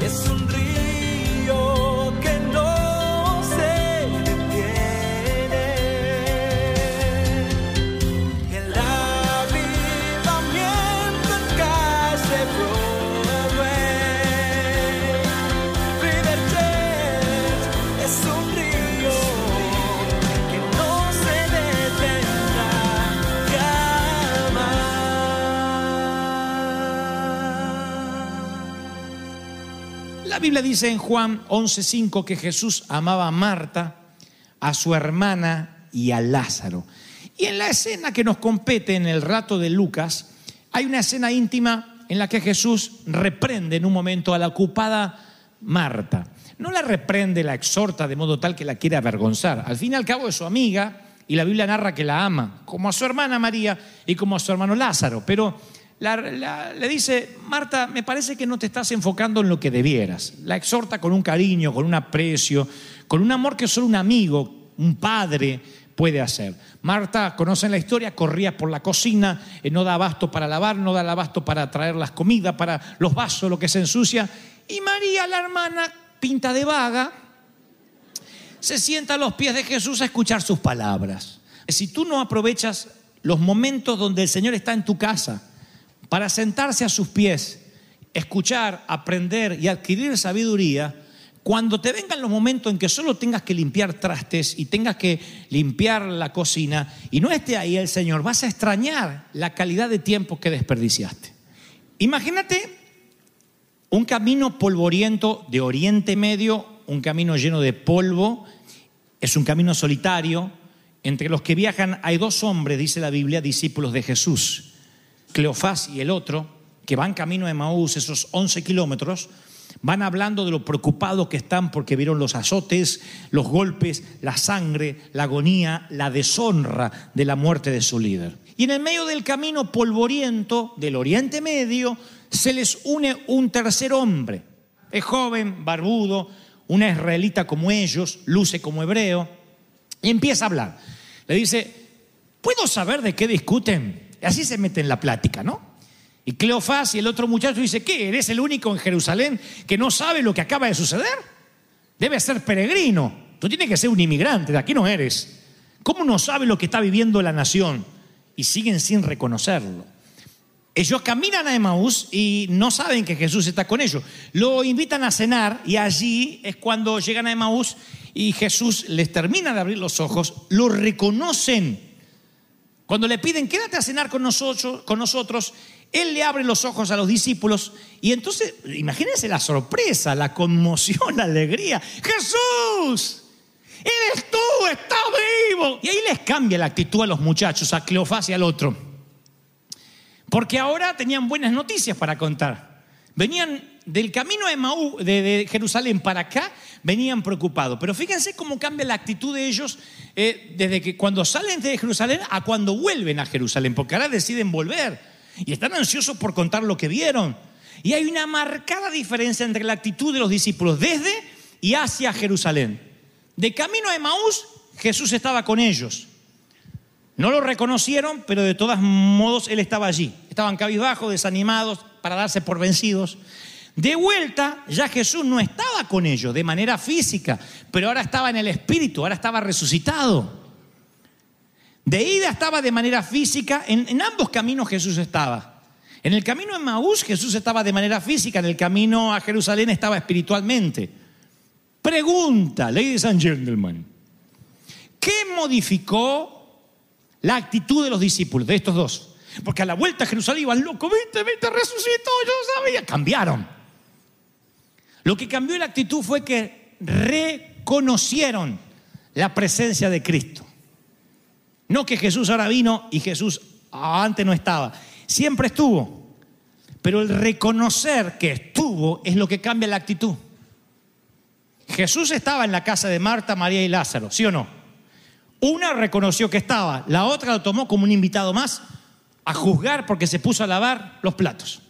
es un río que no se detiene. El avivamiento en calle Broadway. River Church es un río que no se detendrá jamás. La Biblia dice en Juan 11:5 que Jesús amaba a Marta, a su hermana y a Lázaro. Y en la escena que nos compete en el relato de Lucas, hay una escena íntima en la que Jesús reprende en un momento a la ocupada Marta. No la reprende, la exhorta de modo tal que la quiere avergonzar. Al fin y al cabo es su amiga y la Biblia narra que la ama, como a su hermana María y como a su hermano Lázaro. Pero le dice: Marta, me parece que no te estás enfocando en lo que debieras. La exhorta con un cariño, con un aprecio, con un amor que solo un amigo, un padre puede hacer. Marta, conocen la historia, corría por la cocina, no da abasto para lavar, no da abasto para traer las comidas, para los vasos, lo que se ensucia. Y María, la hermana, pinta de vaga, se sienta a los pies de Jesús a escuchar sus palabras. Si tú no aprovechas los momentos donde el Señor está en tu casa para sentarse a sus pies, escuchar, aprender y adquirir sabiduría, cuando te vengan los momentos en que solo tengas que limpiar trastes y tengas que limpiar la cocina y no esté ahí el Señor, vas a extrañar la calidad de tiempo que desperdiciaste. Imagínate un camino polvoriento de Oriente Medio, un camino lleno de polvo, es un camino solitario. Entre los que viajan hay dos hombres, dice la Biblia, discípulos de Jesús, Cleofás y el otro, que van camino de Emaús, esos 11 kilómetros, van hablando de lo preocupados que están porque vieron los azotes, los golpes, la sangre, la agonía, la deshonra de la muerte de su líder. Y en el medio del camino polvoriento del Oriente Medio se les une un tercer hombre. Es joven, barbudo, una israelita como ellos, luce como hebreo, y empieza a hablar. Le dice: ¿puedo saber de qué discuten? Y así se mete en la plática, ¿no? Y Cleofás y el otro muchacho dice: ¿qué? ¿Eres el único en Jerusalén que no sabe lo que acaba de suceder? Debes ser peregrino. Tú tienes que ser un inmigrante, de aquí no eres. ¿Cómo no sabes lo que está viviendo la nación? Y siguen sin reconocerlo. Ellos caminan a Emaús y no saben que Jesús está con ellos. Lo invitan a cenar y allí es cuando llegan a Emaús y Jesús les termina de abrir los ojos, lo reconocen. Cuando le piden: quédate a cenar con nosotros, Él le abre los ojos a los discípulos y entonces, imagínense la sorpresa, la conmoción, la alegría. ¡Jesús! ¡Eres tú! ¡Estás vivo! Y ahí les cambia la actitud a los muchachos, a Cleofás y al otro. Porque ahora tenían buenas noticias para contar. Venían del camino de Jerusalén para acá, venían preocupados. Pero fíjense cómo cambia la actitud de ellos desde que cuando salen de Jerusalén a cuando vuelven a Jerusalén. Porque ahora deciden volver y están ansiosos por contar lo que vieron. Y hay una marcada diferencia entre la actitud de los discípulos desde y hacia Jerusalén. De camino a Emaús, Jesús estaba con ellos. No lo reconocieron, pero de todos modos Él estaba allí. Estaban cabizbajos, desanimados, para darse por vencidos. De vuelta, ya Jesús no estaba con ellos de manera física, pero ahora estaba en el espíritu, ahora estaba resucitado. De ida estaba de manera física, en ambos caminos Jesús estaba. En el camino a Emaús Jesús estaba de manera física, en el camino a Jerusalén estaba espiritualmente. Pregunta, ladies and gentlemen, ¿qué modificó la actitud de los discípulos, de estos dos? Porque a la vuelta a Jerusalén iban locos: viste, resucitó, yo no sabía. Cambiaron. Lo que cambió la actitud fue que reconocieron la presencia de Cristo. No que Jesús ahora vino y Jesús antes no estaba. Siempre estuvo. Pero el reconocer que estuvo es lo que cambia la actitud. Jesús estaba en la casa de Marta, María y Lázaro, ¿sí o no? Una reconoció que estaba, la otra lo tomó como un invitado más a juzgar porque se puso a lavar los platos.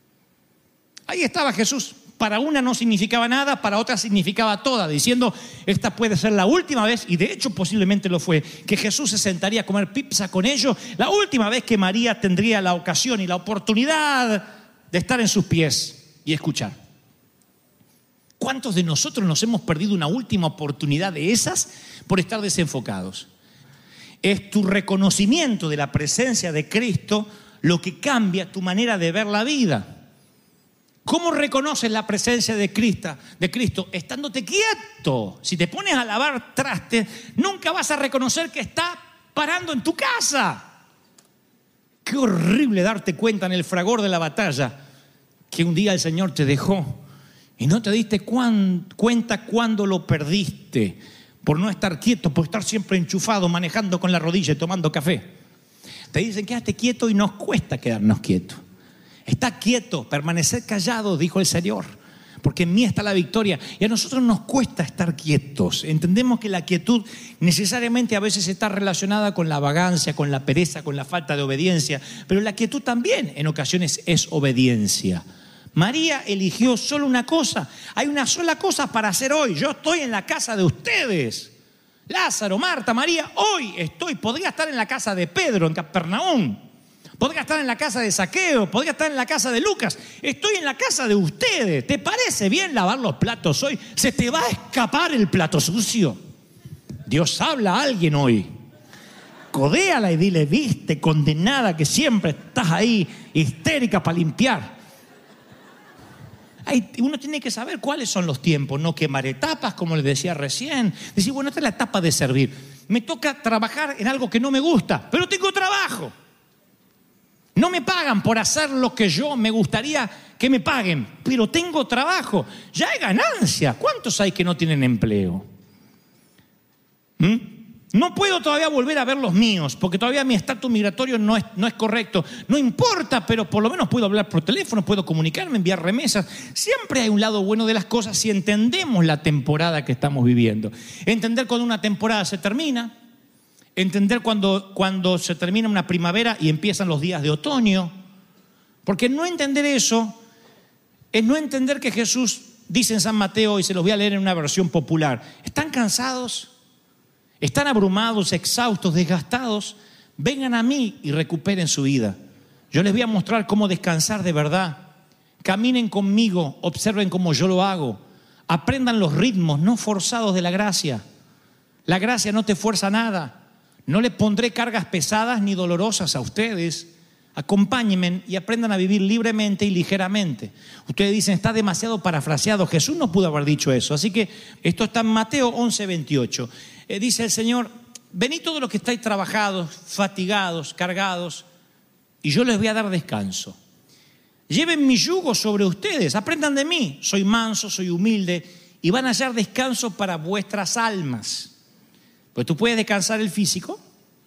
Ahí estaba Jesús. Para una no significaba nada, para otra significaba toda, diciendo: esta puede ser la última vez, y de hecho posiblemente lo fue, que Jesús se sentaría a comer pizza con ellos, la última vez que María tendría la ocasión y la oportunidad de estar en sus pies y escuchar. ¿Cuántos de nosotros nos hemos perdido una última oportunidad de esas por estar desenfocados? Es tu reconocimiento de la presencia de Cristo lo que cambia tu manera de ver la vida. ¿Cómo reconoces la presencia de Cristo? Estándote quieto. Si te pones a lavar trastes, nunca vas a reconocer que está parando en tu casa. Qué horrible darte cuenta en el fragor de la batalla que un día el Señor te dejó y no te diste cuenta cuando lo perdiste por no estar quieto, por estar siempre enchufado, manejando con la rodilla y tomando café. Te dicen quédate quieto y nos cuesta quedarnos quietos. Está quieto, permanecer callado, dijo el Señor, porque en mí está la victoria. Y a nosotros nos cuesta estar quietos. Entendemos que la quietud necesariamente a veces está relacionada con la vagancia, con la pereza, con la falta de obediencia. Pero la quietud también en ocasiones es obediencia. María eligió solo una cosa. Hay una sola cosa para hacer hoy. Yo estoy en la casa de ustedes. Lázaro, Marta, María, hoy estoy. Podría estar en la casa de Pedro, en Capernaum. Podría estar en la casa de Zaqueo, podría estar en la casa de Lucas. Estoy en la casa de ustedes. ¿Te parece bien lavar los platos hoy? ¿Se te va a escapar el plato sucio? Dios habla a alguien hoy. Codéala y dile, viste, condenada, que siempre estás ahí, histérica para limpiar. Uno tiene que saber cuáles son los tiempos, no quemar etapas, como les decía recién. Decir, bueno, esta es la etapa de servir. Me toca trabajar en algo que no me gusta, pero tengo trabajo. No me pagan por hacer lo que yo me gustaría que me paguen, pero tengo trabajo. Ya hay ganancia. ¿Cuántos hay que no tienen empleo? No puedo todavía volver a ver los míos, porque todavía mi estatus migratorio no es correcto. No importa, pero por lo menos puedo hablar por teléfono, puedo comunicarme, enviar remesas. Siempre hay un lado bueno de las cosas si entendemos la temporada que estamos viviendo. Entender cuando una temporada se termina. Entender cuando se termina una primavera y empiezan los días de otoño. Porque no entender eso es no entender que Jesús dice en San Mateo, y se los voy a leer en una versión popular: ¿están cansados? ¿Están abrumados, exhaustos, desgastados? Vengan a mí y recuperen su vida. Yo les voy a mostrar cómo descansar de verdad. Caminen conmigo, observen cómo yo lo hago. Aprendan los ritmos no forzados de la gracia. La gracia no te fuerza nada. No le pondré cargas pesadas ni dolorosas a ustedes. Acompáñenme y aprendan a vivir libremente y ligeramente. Ustedes dicen, está demasiado parafraseado. Jesús no pudo haber dicho eso. Así que esto está en Mateo 11:28. Dice el Señor, venid todos los que estáis trabajados, fatigados, cargados, y yo les voy a dar descanso. Lleven mi yugo sobre ustedes, aprendan de mí. Soy manso, soy humilde, y van a hallar descanso para vuestras almas. Pues tú puedes descansar el físico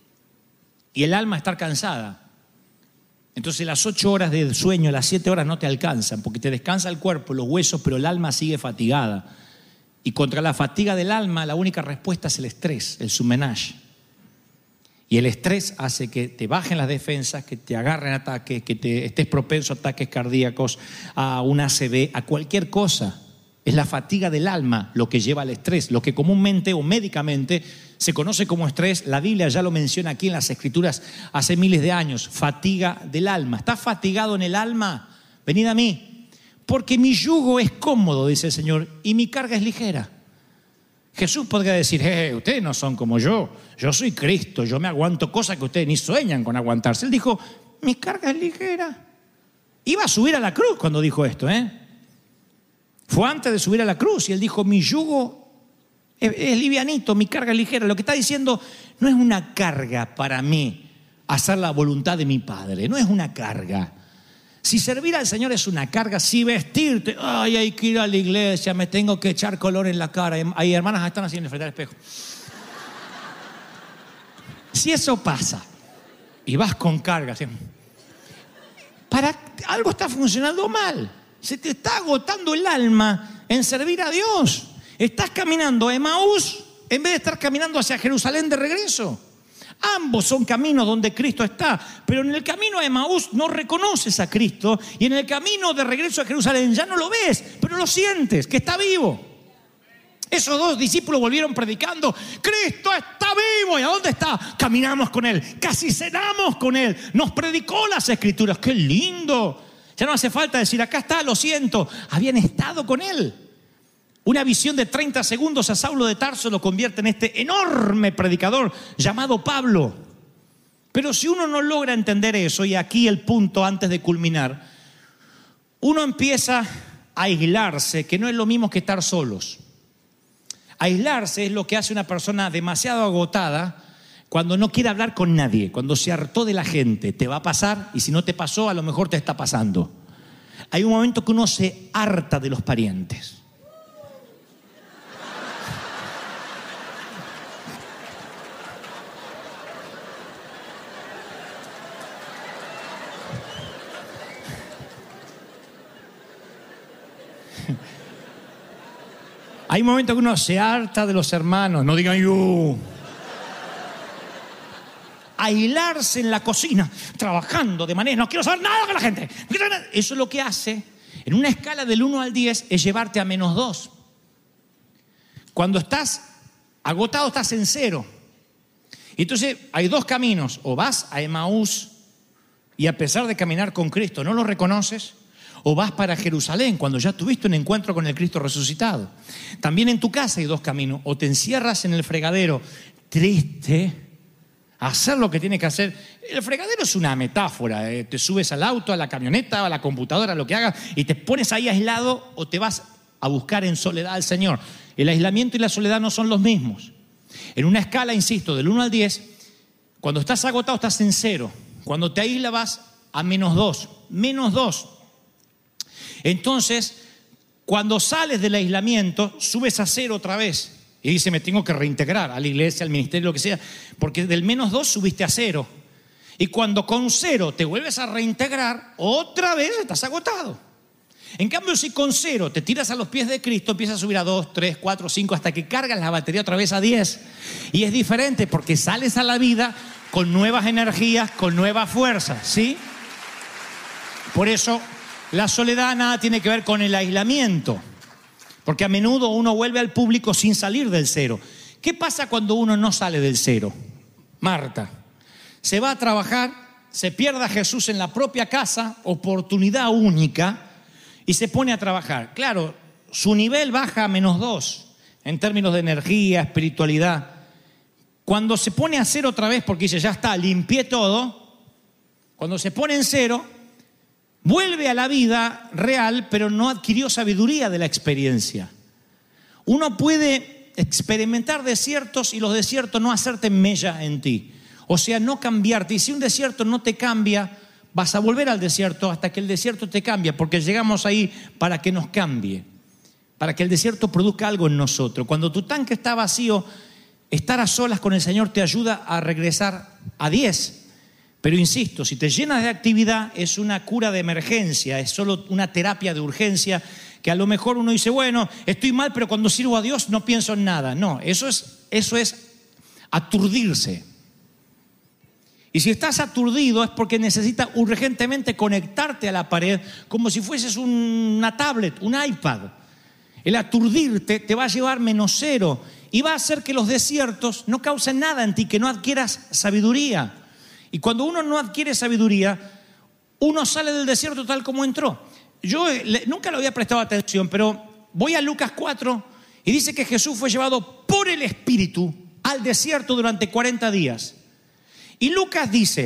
y el alma estar cansada. Entonces las 8 horas de sueño, las 7 horas no te alcanzan, porque te descansa el cuerpo, los huesos, pero el alma sigue fatigada. Y contra la fatiga del alma, la única respuesta es el estrés, el submenage. Y el estrés hace que te bajen las defensas, que te agarren ataques, que te estés propenso a ataques cardíacos, a un ACV, a cualquier cosa. Es la fatiga del alma lo que lleva al estrés, lo que comúnmente o médicamente se conoce como estrés. La Biblia ya lo menciona aquí en las Escrituras hace miles de años. Fatiga del alma. ¿Estás fatigado en el alma? Venid a mí, porque mi yugo es cómodo, dice el Señor, y mi carga es ligera. Jesús podría decir, ustedes no son como yo soy Cristo, yo me aguanto cosas que ustedes ni sueñan con aguantarse. Él dijo, mi carga es ligera. Iba a subir a la cruz cuando dijo esto, Fue antes de subir a la cruz y él dijo, mi yugo es livianito, mi carga es ligera. Lo que está diciendo no es una carga para mí hacer la voluntad de mi Padre, no es una carga. Si servir al Señor es una carga, si vestirte, hay que ir a la iglesia, me tengo que echar color en la cara. Hay hermanas que están así en el frente del espejo. Si eso pasa y vas con carga, ¿sí? Algo está funcionando mal. Se te está agotando el alma en servir a Dios. Estás caminando a Emaús en vez de estar caminando hacia Jerusalén de regreso. Ambos son caminos donde Cristo está, pero en el camino a Emaús no reconoces a Cristo y en el camino de regreso a Jerusalén ya no lo ves, pero lo sientes, que está vivo. Esos 2 discípulos volvieron predicando, Cristo está vivo. ¿Y a dónde está? Caminamos con Él, casi cenamos con Él, nos predicó las Escrituras. ¡Qué lindo! Ya no hace falta decir, acá está, lo siento. Habían estado con Él. Una visión de 30 segundos a Saulo de Tarso lo convierte en este enorme predicador llamado Pablo. Pero si uno no logra entender eso, y aquí el punto antes de culminar, uno empieza a aislarse, que no es lo mismo que estar solos. Aislarse es lo que hace una persona demasiado agotada cuando no quiere hablar con nadie, cuando se hartó de la gente. Te va a pasar, y si no te pasó, a lo mejor te está pasando. Hay un momento que uno se harta de los parientes. Hay momentos que uno se harta de los hermanos, no digan yo. Aislarse en la cocina, trabajando de manera, no quiero saber nada con la gente. Eso es lo que hace, en una escala del 1 al 10, es llevarte a -2. Cuando estás agotado, estás en 0. Entonces, hay dos caminos. O vas a Emaús y a pesar de caminar con Cristo, no lo reconoces. O vas para Jerusalén cuando ya tuviste un encuentro con el Cristo resucitado. También en tu casa hay dos caminos. O te encierras en el fregadero triste, a hacer lo que tienes que hacer. El fregadero es una metáfora. Te subes al auto, a la camioneta, a la computadora, lo que hagas, y te pones ahí aislado, o te vas a buscar en soledad al Señor. El aislamiento y la soledad no son los mismos. En una escala, insisto, del 1 al 10, cuando estás agotado estás en 0. Cuando te aíslas vas a -2. -2. Entonces, cuando sales del aislamiento, subes a 0 otra vez. Y dices, me tengo que reintegrar a la iglesia, al ministerio, lo que sea. Porque del -2 subiste a 0. Y cuando con 0 te vuelves a reintegrar, otra vez estás agotado. En cambio, si con 0 te tiras a los pies de Cristo, empiezas a subir a 2, 3, 4, 5, hasta que cargas la batería otra vez a 10. Y es diferente porque sales a la vida con nuevas energías, con nuevas fuerzas, ¿sí? Por eso, la soledad nada tiene que ver con el aislamiento, porque a menudo uno vuelve al público sin salir del 0. ¿Qué pasa cuando uno no sale del 0? Marta se va a trabajar, se pierde a Jesús en la propia casa, oportunidad única, y se pone a trabajar. Claro, su nivel baja a -2 en términos de energía, espiritualidad. Cuando se pone a 0 otra vez, porque dice, ya está, limpié todo, cuando se pone en 0, vuelve a la vida real, pero no adquirió sabiduría de la experiencia. Uno puede experimentar desiertos y los desiertos no hacerte mella en ti. O sea, no cambiarte. Y si un desierto no te cambia, vas a volver al desierto hasta que el desierto te cambie, porque llegamos ahí para que nos cambie, para que el desierto produzca algo en nosotros. Cuando tu tanque está vacío, estar a solas con el Señor te ayuda a regresar a 10. Pero insisto, si te llenas de actividad es una cura de emergencia, es solo una terapia de urgencia, que a lo mejor uno dice, bueno, estoy mal, pero cuando sirvo a Dios no pienso en nada. No, eso es aturdirse. Y si estás aturdido es porque necesitas urgentemente conectarte a la pared como si fueses una tablet, un iPad. El aturdirte te va a llevar -0 y va a hacer que los desiertos no causen nada en ti, que no adquieras sabiduría. Y cuando uno no adquiere sabiduría, uno sale del desierto tal como entró. Yo nunca lo había prestado atención, pero voy a Lucas 4 y dice que Jesús fue llevado por el Espíritu al desierto durante 40 días. Y Lucas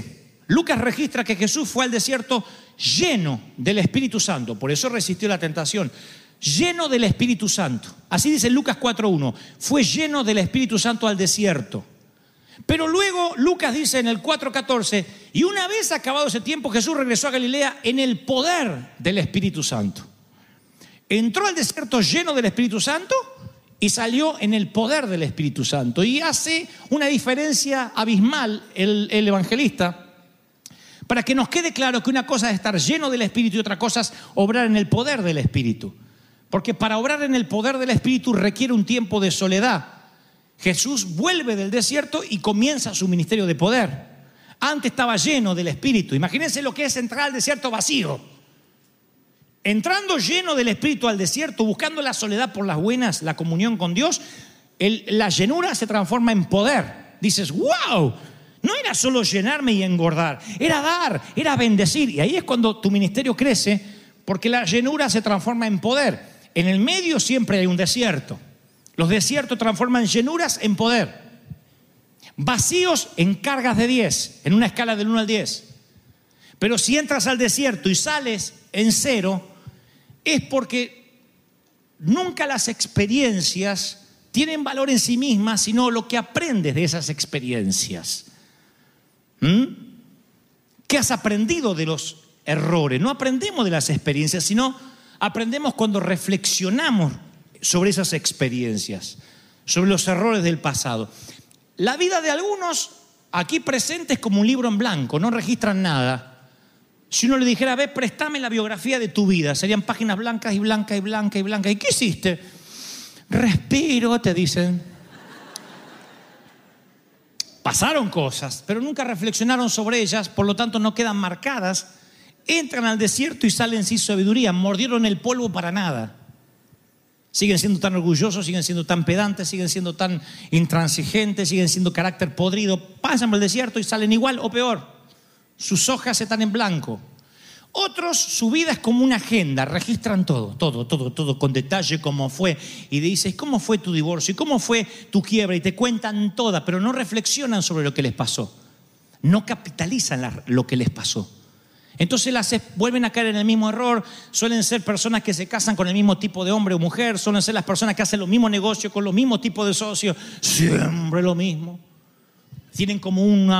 registra que Jesús fue al desierto lleno del Espíritu Santo, por eso resistió la tentación. Lleno del Espíritu Santo. Así dice Lucas 4:1. Fue lleno del Espíritu Santo al desierto. Pero luego Lucas dice en el 4:14, y una vez acabado ese tiempo Jesús regresó a Galilea en el poder del Espíritu Santo. Entró al desierto lleno del Espíritu Santo y salió en el poder del Espíritu Santo. Y hace una diferencia abismal el evangelista para que nos quede claro que una cosa es estar lleno del Espíritu y otra cosa es obrar en el poder del Espíritu. Porque para obrar en el poder del Espíritu requiere un tiempo de soledad. Jesús vuelve del desierto y comienza su ministerio de poder. Antes estaba lleno del Espíritu. Imagínense lo que es entrar al desierto vacío. Entrando lleno del Espíritu al desierto, buscando la soledad por las buenas, la comunión con Dios, la llenura se transforma en poder. Dices, wow, no era solo llenarme y engordar, era dar, era bendecir. Y ahí es cuando tu ministerio crece, porque la llenura se transforma en poder. En el medio siempre hay un desierto. Los desiertos transforman llenuras en poder. Vacíos en cargas de 10, en una escala del 1 al 10. Pero si entras al desierto y sales en 0, es porque nunca las experiencias tienen valor en sí mismas, sino lo que aprendes de esas experiencias. ¿Qué has aprendido de los errores? No aprendemos de las experiencias, sino aprendemos cuando reflexionamos sobre esas experiencias, sobre los errores del pasado. La vida de algunos aquí presentes es como un libro en blanco, no registran nada. Si uno le dijera, ve, préstame la biografía de tu vida, serían páginas blancas y blancas y blancas y blancas. ¿Y qué hiciste? Respiro, te dicen. Pasaron cosas, pero nunca reflexionaron sobre ellas, por lo tanto no quedan marcadas. Entran al desierto y salen sin sabiduría, mordieron el polvo para nada. Siguen siendo tan orgullosos, siguen siendo tan pedantes, siguen siendo tan intransigentes, siguen siendo carácter podrido. Pasan por el desierto y salen igual o peor. Sus hojas están en blanco. Otros, su vida es como una agenda, registran todo con detalle cómo fue. Y dices, ¿cómo fue tu divorcio? ¿Y cómo fue tu quiebra? Y te cuentan todas, pero no reflexionan sobre lo que les pasó. No capitalizan lo que les pasó. Entonces vuelven a caer en el mismo error. Suelen ser personas que se casan con el mismo tipo de hombre o mujer. Suelen ser las personas que hacen los mismos negocios con los mismos tipos de socios. Siempre lo mismo. Tienen como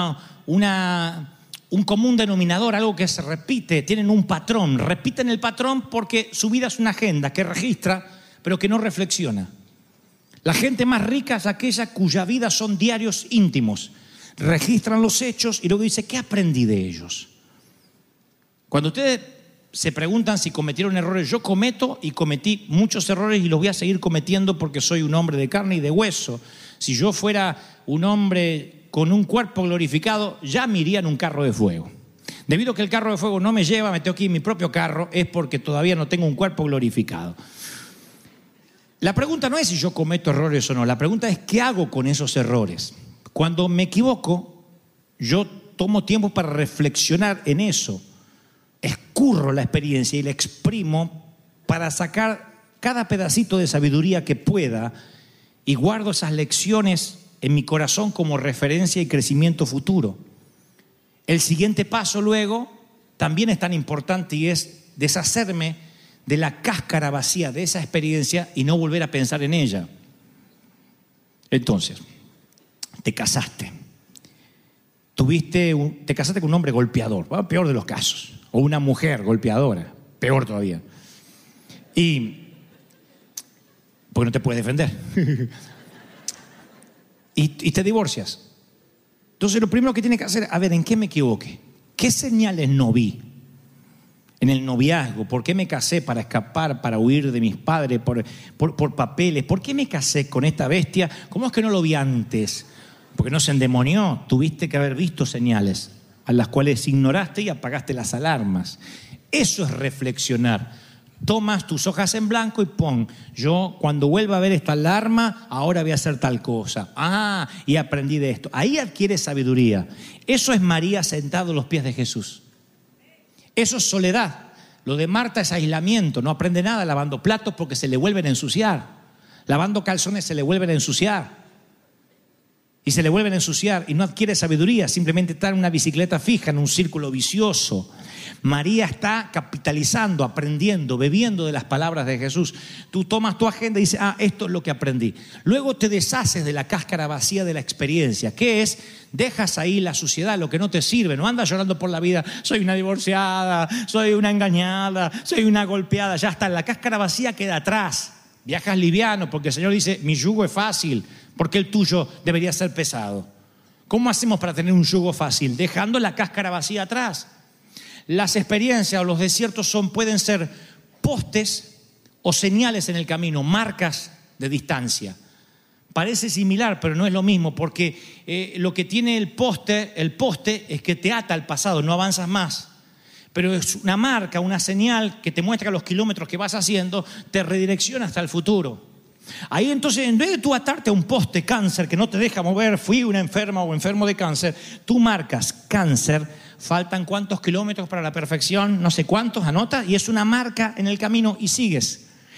un común denominador, algo que se repite. Tienen un patrón. Repiten el patrón porque su vida es una agenda que registra, pero que no reflexiona. La gente más rica es aquella cuya vida son diarios íntimos. Registran los hechos y luego dice, ¿qué aprendí de ellos? Cuando ustedes se preguntan si cometieron errores, yo cometo y cometí muchos errores y los voy a seguir cometiendo porque soy un hombre de carne y de hueso. Si yo fuera un hombre con un cuerpo glorificado, ya me iría en un carro de fuego. Debido a que el carro de fuego no me lleva, me tengo que ir en mi propio carro, es porque todavía no tengo un cuerpo glorificado. La pregunta no es si yo cometo errores o no, la pregunta es ¿qué hago con esos errores? Cuando me equivoco, yo tomo tiempo para reflexionar en eso. Escurro la experiencia y la exprimo para sacar cada pedacito de sabiduría que pueda y guardo esas lecciones en mi corazón como referencia y crecimiento futuro. El siguiente paso luego también es tan importante y es deshacerme de la cáscara vacía de esa experiencia y no volver a pensar en ella. Entonces, te casaste. Te casaste con un hombre golpeador, ¿va? Peor de los casos. O una mujer golpeadora, peor todavía. Porque no te puedes defender. y te divorcias. Entonces lo primero que tienes que hacer, a ver, ¿en qué me equivoqué? ¿Qué señales no vi? En el noviazgo, ¿por qué me casé? Para escapar, para huir de mis padres, por papeles. ¿Por qué me casé con esta bestia? ¿Cómo es que no lo vi antes? Porque no se endemonió, tuviste que haber visto señales a las cuales ignoraste y apagaste las alarmas. Eso es reflexionar. Tomas tus hojas en blanco y pon, yo cuando vuelva a ver esta alarma, ahora voy a hacer tal cosa. Y aprendí de esto. Ahí adquieres sabiduría. Eso es María sentada a los pies de Jesús. Eso es soledad. Lo de Marta es aislamiento. No aprende nada lavando platos porque se le vuelven a ensuciar. Lavando calzones se le vuelven a ensuciar. Y se le vuelven a ensuciar y no adquiere sabiduría, simplemente está en una bicicleta fija, en un círculo vicioso. María está capitalizando, aprendiendo, bebiendo de las palabras de Jesús. Tú tomas tu agenda y dices, esto es lo que aprendí. Luego te deshaces de la cáscara vacía de la experiencia. ¿Qué es? Dejas ahí la suciedad, lo que no te sirve. No andas llorando por la vida, soy una divorciada, soy una engañada, soy una golpeada. Ya está, la cáscara vacía queda atrás. Viajas liviano porque el Señor dice, mi yugo es fácil. Porque el tuyo debería ser pesado. ¿Cómo hacemos para tener un yugo fácil? Dejando la cáscara vacía atrás. Las experiencias o los desiertos pueden ser postes o señales en el camino, marcas de distancia. Parece similar, pero no es lo mismo, porque lo que tiene el poste es que te ata al pasado, no avanzas más. Pero es una marca, una señal que te muestra los kilómetros que vas haciendo, te redirecciona hasta el futuro. Ahí entonces, en vez de tú atarte a un poste cáncer que no te deja mover, fui una enferma o enfermo de cáncer, tú marcas cáncer, faltan cuántos kilómetros para la perfección, no sé cuántos, anotas, y es una marca en el camino y sigues.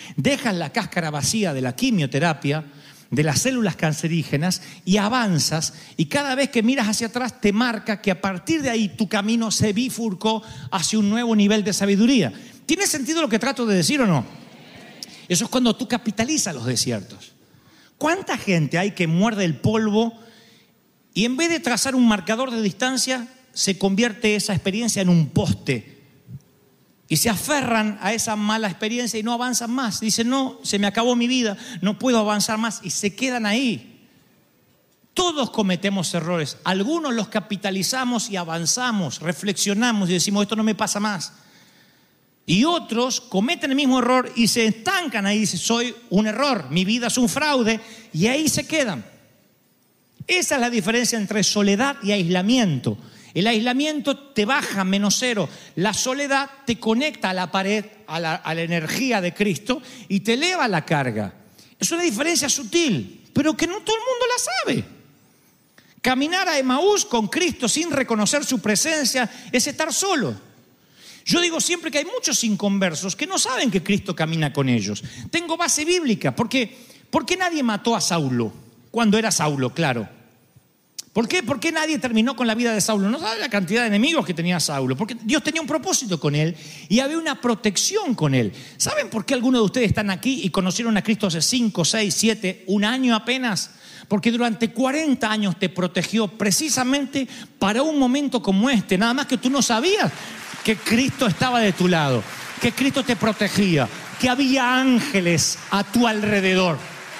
dejas la cáscara vacía de la quimioterapia, de las células cancerígenas y avanzas, y cada vez que miras hacia atrás te marca que a partir de ahí tu camino se bifurcó hacia un nuevo nivel de sabiduría. ¿Tiene sentido lo que trato de decir o no? Eso es cuando tú capitalizas los desiertos. ¿Cuánta gente hay que muerde el polvo y en vez de trazar un marcador de distancia se convierte esa experiencia en un poste? Y se aferran a esa mala experiencia y no avanzan más. Dicen, no, se me acabó mi vida, no puedo avanzar más. Y se quedan ahí. Todos cometemos errores. Algunos los capitalizamos y avanzamos, reflexionamos y decimos, esto no me pasa más. Y otros cometen el mismo error y se estancan ahí y dicen, soy un error, mi vida es un fraude. Y ahí se quedan. Esa es la diferencia entre soledad y aislamiento. El aislamiento te baja menos cero. La soledad te conecta a la pared, a la energía de Cristo y te eleva la carga. Es una diferencia sutil, pero que no todo el mundo la sabe. Caminar a Emaús con Cristo sin reconocer su presencia es estar solo. Yo digo siempre que hay muchos inconversos que no saben que Cristo camina con ellos. Tengo base bíblica, porque ¿por qué nadie mató a Saulo? Cuando era Saulo, claro. ¿Por qué? ¿Por qué nadie terminó con la vida de Saulo? No sabe la cantidad de enemigos que tenía Saulo. Porque Dios tenía un propósito con él y había una protección con él. ¿Saben por qué algunos de ustedes están aquí y conocieron a Cristo hace 5, 6, 7, un año apenas? Porque durante 40 años te protegió precisamente para un momento como este. Nada más que tú no sabías que Cristo estaba de tu lado, que Cristo te protegía, que había ángeles a tu alrededor.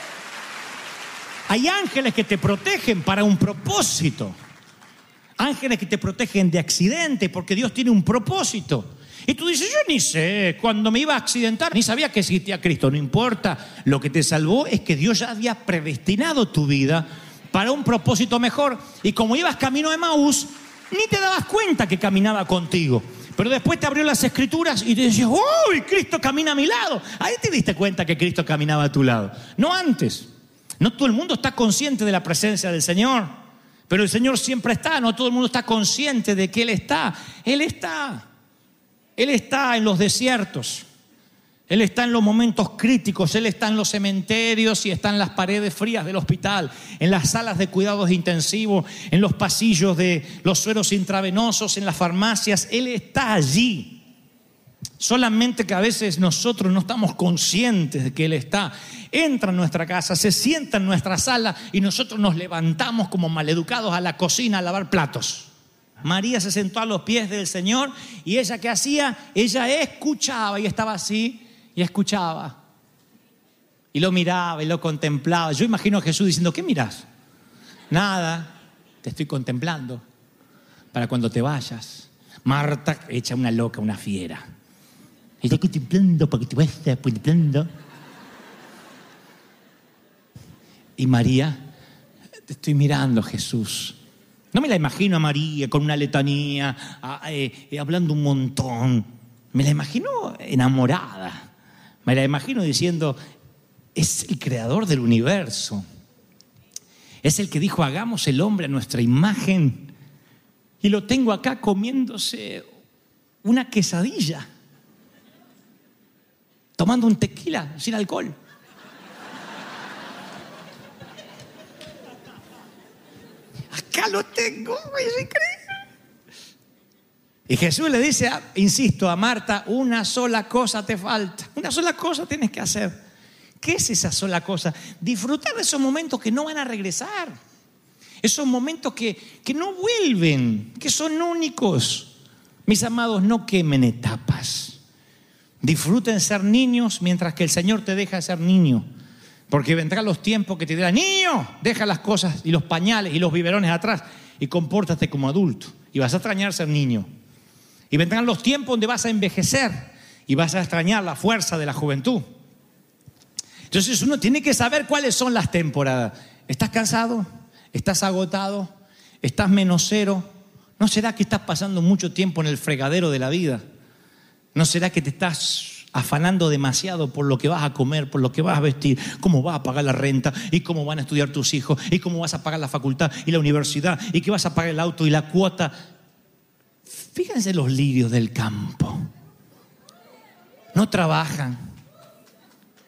Hay ángeles que te protegen para un propósito. Ángeles que te protegen de accidentes porque Dios tiene un propósito. Y tú dices, yo ni sé, cuando me iba a accidentar, ni sabía que existía Cristo. No importa, lo que te salvó es que Dios ya había predestinado tu vida para un propósito mejor. Y como ibas camino a Emaús, ni te dabas cuenta que caminaba contigo. Pero después te abrió las escrituras y te decías, ¡uy! Cristo camina a mi lado. Ahí te diste cuenta que Cristo caminaba a tu lado. No antes. No todo el mundo está consciente de la presencia del Señor, pero el Señor siempre está. No todo el mundo está consciente de que Él está. Él está. Él está en los desiertos. Él está en los momentos críticos. Él está en los cementerios y está en las paredes frías del hospital, en las salas de cuidados intensivos, en los pasillos de los sueros intravenosos, en las farmacias. Él está allí. Solamente que a veces nosotros no estamos conscientes de que Él está. Entra en nuestra casa, se sienta en nuestra sala y nosotros nos levantamos como maleducados a la cocina a lavar platos. María se sentó a los pies del Señor y ella, ¿qué hacía? Ella escuchaba y estaba así y escuchaba. Y lo miraba y lo contemplaba. Yo imagino a Jesús diciendo, ¿qué miras? Nada, te estoy contemplando para cuando te vayas. Marta echa una loca, una fiera. Estoy contemplando para que te vayas, contemplando. Y María, te estoy mirando, Jesús. No me la imagino a María con una letanía, hablando un montón. Me la imagino enamorada. Me la imagino diciendo, es el creador del universo. Es el que dijo, hagamos el hombre a nuestra imagen. Y lo tengo acá comiéndose una quesadilla, tomando un tequila sin alcohol. Acá lo tengo, es increíble. Y Jesús le dice, insisto, a Marta, una sola cosa te falta. Una sola cosa tienes que hacer. ¿Qué es esa sola cosa? Disfrutar de esos momentos que no van a regresar. Esos momentos que no vuelven, que son únicos. Mis amados, no quemen etapas. Disfruten ser niños mientras que el Señor te deja ser niño. Porque vendrán los tiempos que te dirán, niño, deja las cosas y los pañales y los biberones atrás y compórtate como adulto. Y vas a extrañar ser niño. Y vendrán los tiempos donde vas a envejecer y vas a extrañar la fuerza de la juventud. Entonces uno tiene que saber cuáles son las temporadas. ¿Estás cansado? ¿Estás agotado? ¿Estás menos cero? ¿No será que estás pasando mucho tiempo en el fregadero de la vida? ¿No será que te estás afanando demasiado por lo que vas a comer, por lo que vas a vestir, cómo vas a pagar la renta y cómo van a estudiar tus hijos y cómo vas a pagar la facultad y la universidad y que vas a pagar el auto y la cuota? Fíjense los lirios del campo. No trabajan,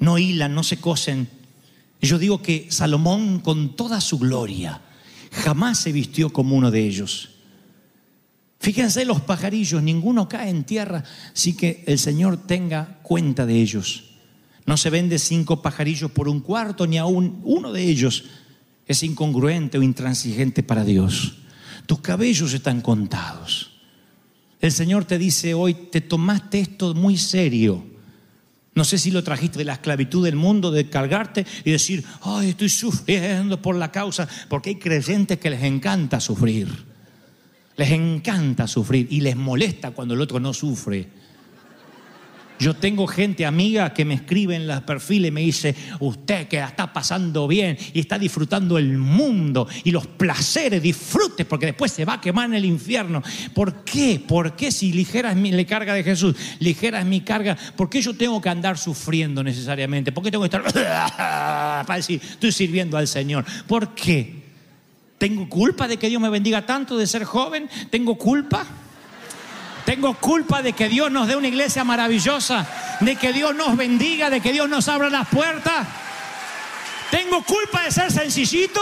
no hilan, no se cosen. Yo digo que Salomón, con toda su gloria, jamás se vistió como uno de ellos. Fíjense los pajarillos, ninguno cae en tierra sin que el Señor tenga cuenta de ellos. No se vende 5 pajarillos por un cuarto, ni aún uno de ellos es incongruente o intransigente para Dios. Tus cabellos están contados. El Señor te dice hoy, te tomaste esto muy serio. No sé si lo trajiste de la esclavitud del mundo, de cargarte y decir, ay, estoy sufriendo por la causa, porque hay creyentes que les encanta sufrir. Les encanta sufrir y les molesta cuando el otro no sufre. Yo tengo gente amiga que me escribe en los perfiles y me dice, usted que la está pasando bien y está disfrutando el mundo y los placeres, disfrute, porque después se va a quemar en el infierno. ¿Por qué? ¿Por qué si ligera es la carga de Jesús, ligera es mi carga? ¿Por qué yo tengo que andar sufriendo necesariamente? ¿Por qué tengo que estar para decir, estoy sirviendo al Señor? ¿Por qué? ¿Tengo culpa de que Dios me bendiga tanto de ser joven? ¿Tengo culpa? Tengo culpa de que Dios nos dé una iglesia maravillosa, de que Dios nos bendiga, de que Dios nos abra las puertas. Tengo culpa de ser sencillito.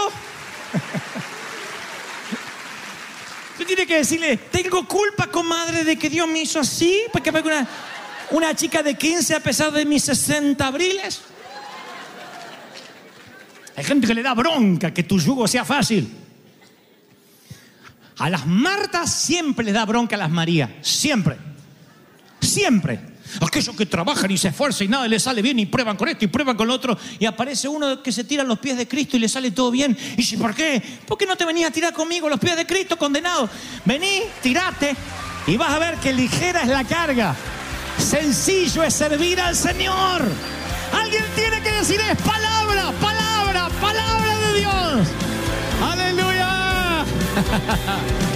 Tú tienes que decirle, tengo culpa, comadre, de que Dios me hizo así, porque me una chica de 15 a pesar de mis 60 abriles. Hay gente que le da bronca que tu yugo sea fácil. A las Martas siempre les da bronca a las Marías. Siempre. Siempre. Aquellos que trabajan y se esfuerzan y nada les sale bien y prueban con esto y prueban con lo otro. Y aparece uno que se tira a los pies de Cristo y le sale todo bien. Y dice, ¿por qué? ¿Por qué no te venías a tirar conmigo a los pies de Cristo, condenado? Vení, tirate y vas a ver que ligera es la carga. Sencillo es servir al Señor. Alguien tiene que decir, es palabra, palabra, palabra de Dios. ¡Aleluya!